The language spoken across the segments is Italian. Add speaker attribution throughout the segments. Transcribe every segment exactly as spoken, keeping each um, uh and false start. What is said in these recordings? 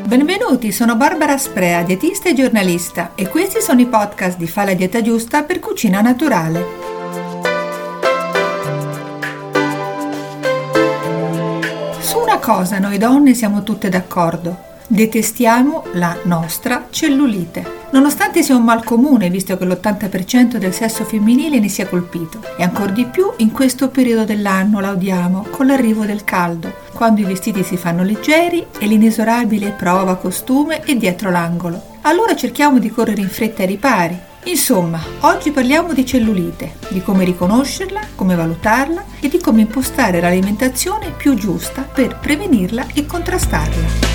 Speaker 1: Benvenuti, sono Barbara Sprea, dietista e giornalista, e questi sono i podcast di Fa la dieta giusta per cucina naturale. Su una cosa noi donne siamo tutte d'accordo: detestiamo la nostra cellulite. Nonostante sia un mal comune, visto che l'ottanta per cento del sesso femminile ne sia colpito, e ancor di più in questo periodo dell'anno la odiamo con l'arrivo del caldo, quando i vestiti si fanno leggeri e l'inesorabile prova costume è dietro l'angolo. Allora cerchiamo di correre in fretta ai ripari. Insomma, oggi parliamo di cellulite, di come riconoscerla, come valutarla e di come impostare l'alimentazione più giusta per prevenirla e contrastarla.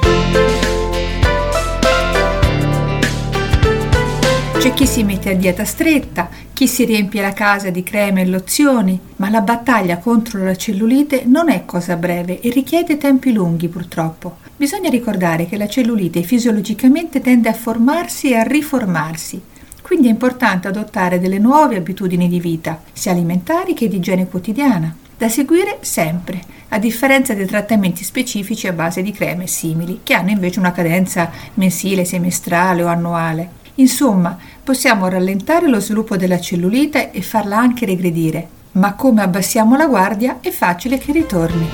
Speaker 1: C'è chi si mette a dieta stretta, chi si riempie la casa di creme e lozioni, ma la battaglia contro la cellulite non è cosa breve e richiede tempi lunghi purtroppo. Bisogna ricordare che la cellulite fisiologicamente tende a formarsi e a riformarsi, quindi è importante adottare delle nuove abitudini di vita, sia alimentari che di igiene quotidiana, da seguire sempre, a differenza dei trattamenti specifici a base di creme e simili, che hanno invece una cadenza mensile, semestrale o annuale. Insomma, possiamo rallentare lo sviluppo della cellulite e farla anche regredire, ma come abbassiamo la guardia è facile che ritorni.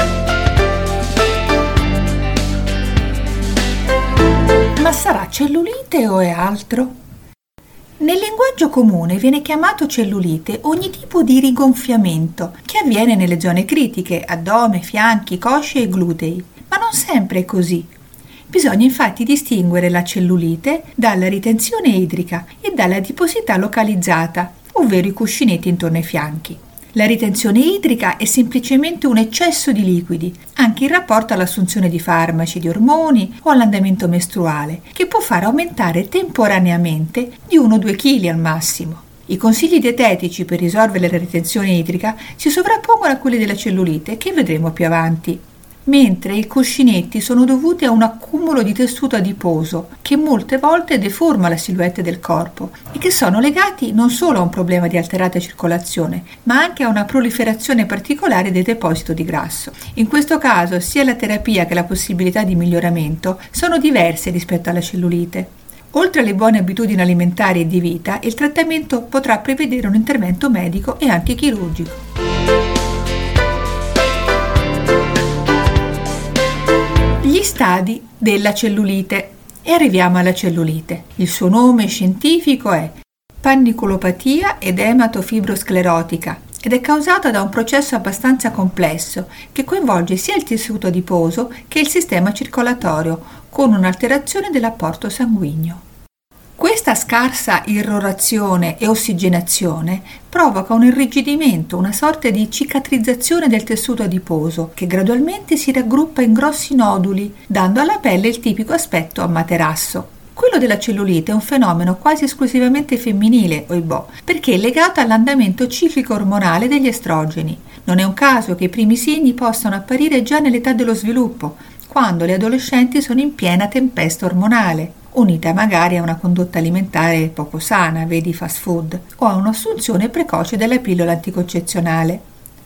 Speaker 1: Ma sarà cellulite o è altro? Nel linguaggio comune viene chiamato cellulite ogni tipo di rigonfiamento che avviene nelle zone critiche, addome, fianchi, cosce e glutei, ma non sempre è così. Bisogna infatti distinguere la cellulite dalla ritenzione idrica e dalla adiposità localizzata, ovvero i cuscinetti intorno ai fianchi. La ritenzione idrica è semplicemente un eccesso di liquidi, anche in rapporto all'assunzione di farmaci, di ormoni o all'andamento mestruale, che può far aumentare temporaneamente di uno o due chili al massimo. I consigli dietetici per risolvere la ritenzione idrica si sovrappongono a quelli della cellulite, che vedremo più avanti. Mentre i cuscinetti sono dovuti a un accumulo di tessuto adiposo che molte volte deforma la silhouette del corpo e che sono legati non solo a un problema di alterata circolazione, ma anche a una proliferazione particolare del deposito di grasso. In questo caso sia la terapia che la possibilità di miglioramento sono diverse rispetto alla cellulite. Oltre alle buone abitudini alimentari e di vita, il trattamento potrà prevedere un intervento medico e anche chirurgico. Gli stadi della cellulite. E arriviamo alla cellulite. Il suo nome scientifico è panniculopatia edematofibrosclerotica ed è causata da un processo abbastanza complesso che coinvolge sia il tessuto adiposo che il sistema circolatorio, con un'alterazione dell'apporto sanguigno. Questa scarsa irrorazione e ossigenazione provoca un irrigidimento, una sorta di cicatrizzazione del tessuto adiposo che gradualmente si raggruppa in grossi noduli, dando alla pelle il tipico aspetto a materasso. Quello della cellulite è un fenomeno quasi esclusivamente femminile, oibò, perché è legato all'andamento ciclico ormonale degli estrogeni. Non è un caso che i primi segni possano apparire già nell'età dello sviluppo, quando le adolescenti sono in piena tempesta ormonale, unita magari a una condotta alimentare poco sana, vedi fast food, o a un'assunzione precoce della pillola anticoncezionale.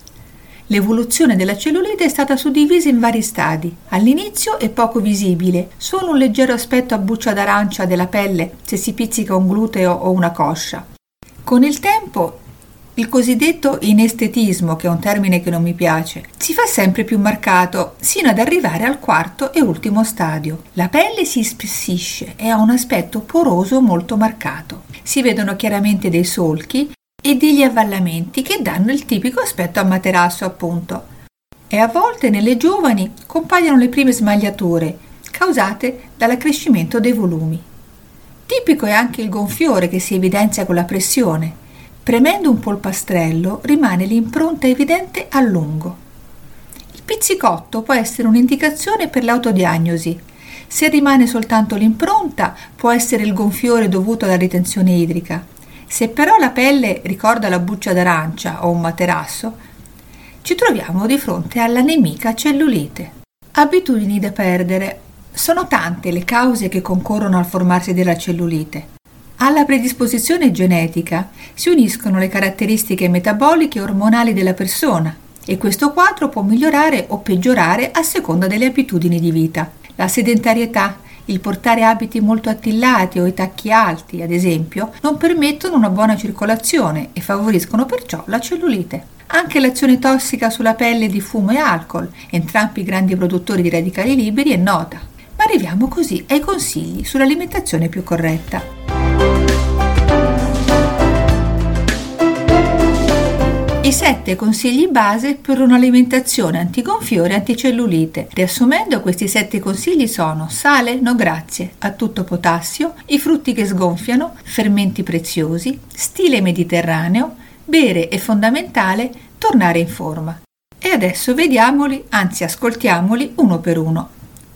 Speaker 1: L'evoluzione della cellulite è stata suddivisa in vari stadi. All'inizio è poco visibile, solo un leggero aspetto a buccia d'arancia della pelle se si pizzica un gluteo o una coscia. Con il tempo, il cosiddetto inestetismo, che è un termine che non mi piace, si fa sempre più marcato, sino ad arrivare al quarto e ultimo stadio. La pelle si ispessisce e ha un aspetto poroso molto marcato. Si vedono chiaramente dei solchi e degli avvallamenti che danno il tipico aspetto a materasso, appunto. E a volte nelle giovani compaiono le prime smagliature, causate dall'accrescimento dei volumi. Tipico è anche il gonfiore che si evidenzia con la pressione. Premendo un polpastrello rimane l'impronta evidente a lungo. Il pizzicotto può essere un'indicazione per l'autodiagnosi. Se rimane soltanto l'impronta, può essere il gonfiore dovuto alla ritenzione idrica. Se però la pelle ricorda la buccia d'arancia o un materasso, ci troviamo di fronte alla nemica cellulite. Abitudini da perdere. Sono tante le cause che concorrono al formarsi della cellulite. Alla predisposizione genetica si uniscono le caratteristiche metaboliche e ormonali della persona e questo quadro può migliorare o peggiorare a seconda delle abitudini di vita. La sedentarietà, il portare abiti molto attillati o i tacchi alti, ad esempio, non permettono una buona circolazione e favoriscono perciò la cellulite. Anche l'azione tossica sulla pelle di fumo e alcol, entrambi grandi produttori di radicali liberi, è nota. Ma arriviamo così ai consigli sull'alimentazione più corretta. I sette consigli base per un'alimentazione antigonfiore e anticellulite. Riassumendo, questi sette consigli sono: sale, no grazie, a tutto potassio, i frutti che sgonfiano, fermenti preziosi, stile mediterraneo, bere è fondamentale, tornare in forma. E adesso vediamoli, anzi ascoltiamoli uno per uno.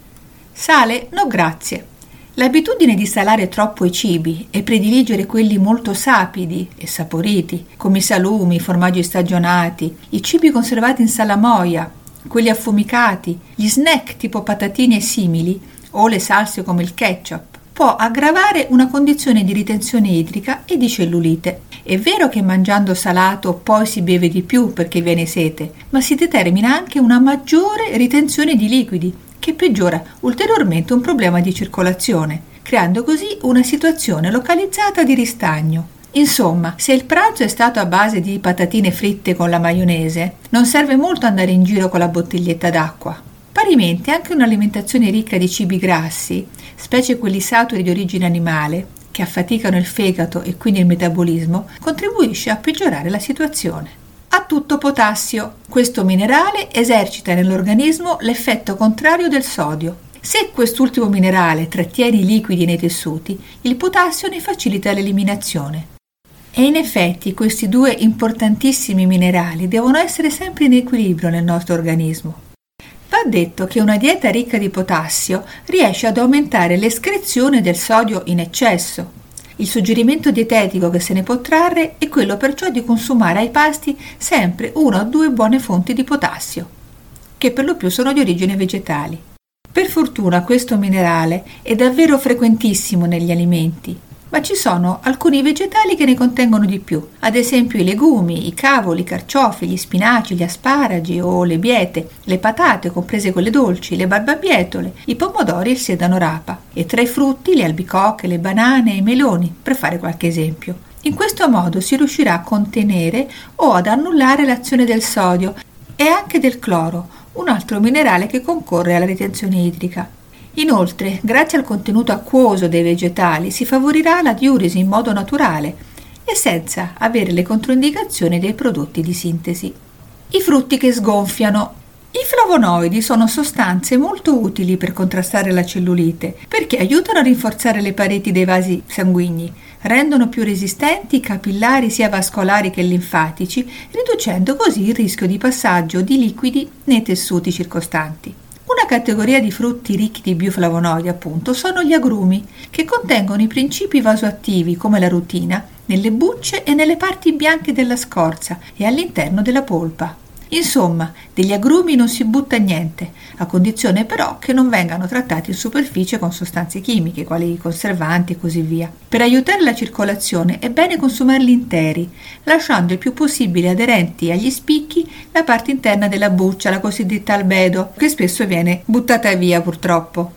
Speaker 1: Sale, no grazie. L'abitudine di salare troppo i cibi e prediligere quelli molto sapidi e saporiti, come i salumi, i formaggi stagionati, i cibi conservati in salamoia, quelli affumicati, gli snack tipo patatine e simili, o le salse come il ketchup, può aggravare una condizione di ritenzione idrica e di cellulite. È vero che mangiando salato poi si beve di più perché viene sete, ma si determina anche una maggiore ritenzione di liquidi, che peggiora ulteriormente un problema di circolazione, creando così una situazione localizzata di ristagno. Insomma, se il pranzo è stato a base di patatine fritte con la maionese, non serve molto andare in giro con la bottiglietta d'acqua. Parimenti, anche un'alimentazione ricca di cibi grassi, specie quelli saturi di origine animale, che affaticano il fegato e quindi il metabolismo, contribuisce a peggiorare la situazione. A tutto potassio. Questo minerale esercita nell'organismo l'effetto contrario del sodio. Se quest'ultimo minerale trattiene i liquidi nei tessuti, il potassio ne facilita l'eliminazione. E in effetti questi due importantissimi minerali devono essere sempre in equilibrio nel nostro organismo. Va detto che una dieta ricca di potassio riesce ad aumentare l'escrezione del sodio in eccesso. Il suggerimento dietetico che se ne può trarre è quello perciò di consumare ai pasti sempre una o due buone fonti di potassio, che per lo più sono di origine vegetali. Per fortuna questo minerale è davvero frequentissimo negli alimenti, ma ci sono alcuni vegetali che ne contengono di più, ad esempio i legumi, i cavoli, i carciofi, gli spinaci, gli asparagi o le biete, le patate, comprese quelle dolci, le barbabietole, i pomodori e il sedano rapa, e tra i frutti le albicocche, le banane e i meloni, per fare qualche esempio. In questo modo si riuscirà a contenere o ad annullare l'azione del sodio e anche del cloro, un altro minerale che concorre alla ritenzione idrica. Inoltre, grazie al contenuto acquoso dei vegetali, si favorirà la diuresi in modo naturale e senza avere le controindicazioni dei prodotti di sintesi. I frutti che sgonfiano. I flavonoidi sono sostanze molto utili per contrastare la cellulite perché aiutano a rinforzare le pareti dei vasi sanguigni, rendono più resistenti i capillari sia vascolari che linfatici, riducendo così il rischio di passaggio di liquidi nei tessuti circostanti. Una categoria di frutti ricchi di bioflavonoidi, appunto, sono gli agrumi, che contengono i principi vasoattivi come la rutina nelle bucce e nelle parti bianche della scorza e all'interno della polpa. Insomma, degli agrumi non si butta niente, a condizione però che non vengano trattati in superficie con sostanze chimiche, quali conservanti e così via. Per aiutare la circolazione è bene consumarli interi, lasciando il più possibile aderenti agli spicchi la parte interna della buccia, la cosiddetta albedo, che spesso viene buttata via purtroppo.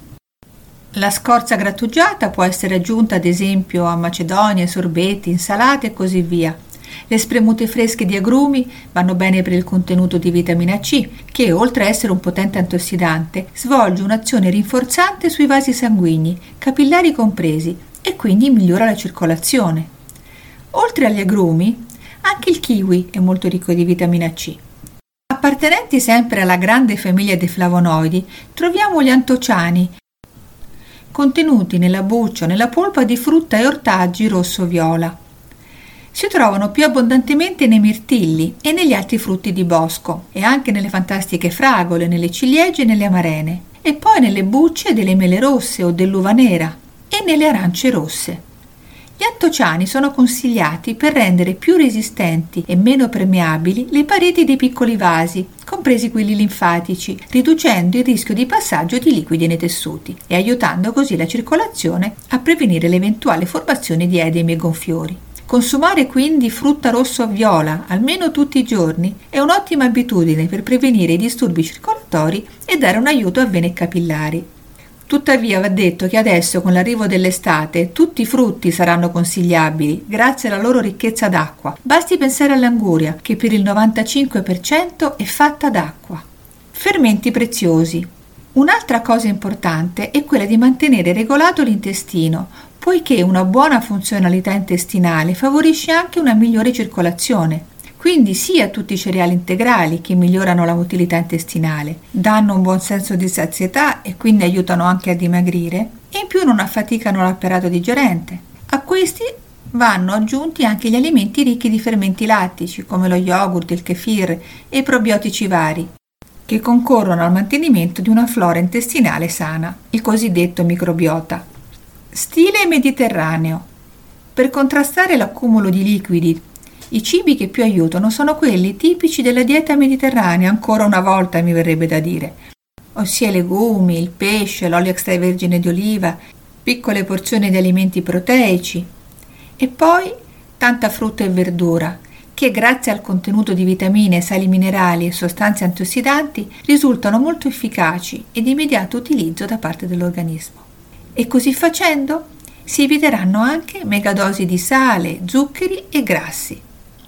Speaker 1: La scorza grattugiata può essere aggiunta ad esempio a macedonie, sorbetti, insalate e così via. Le spremute fresche di agrumi vanno bene per il contenuto di vitamina C, che oltre a essere un potente antiossidante, svolge un'azione rinforzante sui vasi sanguigni, capillari compresi, e quindi migliora la circolazione. Oltre agli agrumi, anche il kiwi è molto ricco di vitamina C. Appartenenti sempre alla grande famiglia dei flavonoidi, troviamo gli antociani, contenuti nella buccia o nella polpa di frutta e ortaggi rosso-viola. Si trovano più abbondantemente nei mirtilli e negli altri frutti di bosco e anche nelle fantastiche fragole, nelle ciliegie e nelle amarene, e poi nelle bucce delle mele rosse o dell'uva nera e nelle arance rosse. Gli antociani sono consigliati per rendere più resistenti e meno permeabili le pareti dei piccoli vasi, compresi quelli linfatici, riducendo il rischio di passaggio di liquidi nei tessuti e aiutando così la circolazione a prevenire l'eventuale formazione di edemi e gonfiori. Consumare quindi frutta rosso-viola almeno tutti i giorni è un'ottima abitudine per prevenire i disturbi circolatori e dare un aiuto a vene e capillari. Tuttavia va detto che adesso, con l'arrivo dell'estate, tutti i frutti saranno consigliabili grazie alla loro ricchezza d'acqua. Basti pensare all'anguria, che per il novantacinque per cento è fatta d'acqua. Fermenti preziosi. Un'altra cosa importante è quella di mantenere regolato l'intestino, poiché una buona funzionalità intestinale favorisce anche una migliore circolazione. Quindi sia tutti i cereali integrali, che migliorano la motilità intestinale, danno un buon senso di sazietà e quindi aiutano anche a dimagrire, e in più non affaticano l'apparato digerente. A questi vanno aggiunti anche gli alimenti ricchi di fermenti lattici, come lo yogurt, il kefir e i probiotici vari, che concorrono al mantenimento di una flora intestinale sana, il cosiddetto microbiota. Stile mediterraneo. Per contrastare l'accumulo di liquidi, i cibi che più aiutano sono quelli tipici della dieta mediterranea, ancora una volta mi verrebbe da dire, ossia i legumi, il pesce, l'olio extravergine di oliva, piccole porzioni di alimenti proteici e poi tanta frutta e verdura, che grazie al contenuto di vitamine, sali minerali e sostanze antiossidanti risultano molto efficaci e di immediato utilizzo da parte dell'organismo. E così facendo si eviteranno anche megadosi di sale, zuccheri e grassi.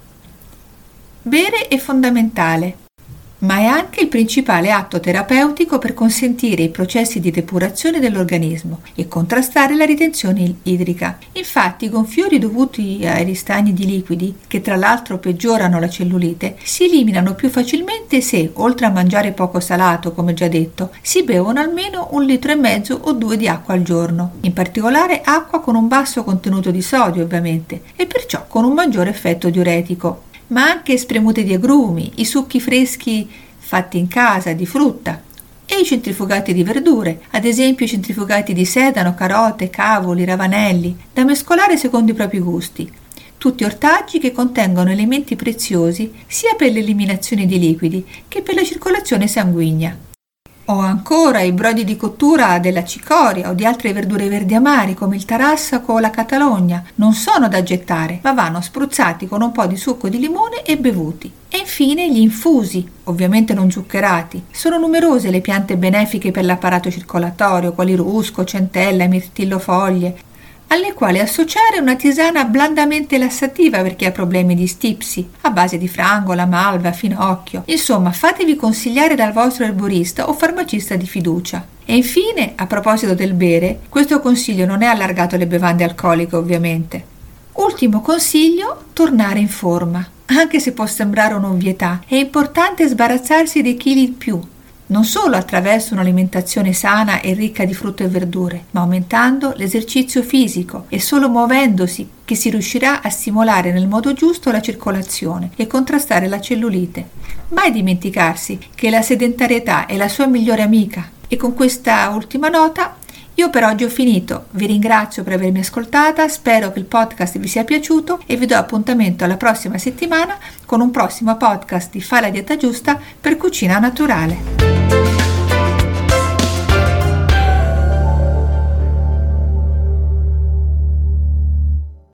Speaker 1: Bere è fondamentale, ma è anche il principale atto terapeutico per consentire i processi di depurazione dell'organismo e contrastare la ritenzione idrica. Infatti i gonfiori dovuti ai ristagni di liquidi, che tra l'altro peggiorano la cellulite, si eliminano più facilmente se, oltre a mangiare poco salato, come già detto, si bevono almeno un litro e mezzo o due di acqua al giorno, in particolare acqua con un basso contenuto di sodio ovviamente, e perciò con un maggiore effetto diuretico. Ma anche spremute di agrumi, i succhi freschi fatti in casa di frutta e i centrifugati di verdure, ad esempio i centrifugati di sedano, carote, cavoli, ravanelli, da mescolare secondo i propri gusti. Tutti ortaggi che contengono elementi preziosi sia per l'eliminazione di liquidi che per la circolazione sanguigna. O ancora i brodi di cottura della cicoria o di altre verdure verdi amari come il tarassaco o la catalogna non sono da gettare, ma vanno spruzzati con un po' di succo di limone e bevuti. E infine gli infusi, ovviamente non zuccherati. Sono numerose le piante benefiche per l'apparato circolatorio, quali rusco, centella, mirtillo foglie, alle quali associare una tisana blandamente lassativa per chi ha problemi di stipsi, a base di frangola, malva, finocchio. Insomma, fatevi consigliare dal vostro erborista o farmacista di fiducia. E infine, a proposito del bere, questo consiglio non è allargato alle bevande alcoliche, ovviamente. Ultimo consiglio, tornare in forma. Anche se può sembrare un'ovvietà, è importante sbarazzarsi dei chili in più, non solo attraverso un'alimentazione sana e ricca di frutta e verdure, ma aumentando l'esercizio fisico. È solo muovendosi che si riuscirà a stimolare nel modo giusto la circolazione e contrastare la cellulite. Mai dimenticarsi che la sedentarietà è la sua migliore amica. E con questa ultima nota io per oggi ho finito. Vi ringrazio per avermi ascoltata, spero che il podcast vi sia piaciuto e vi do appuntamento alla prossima settimana con un prossimo podcast di Fai la dieta giusta per cucina naturale.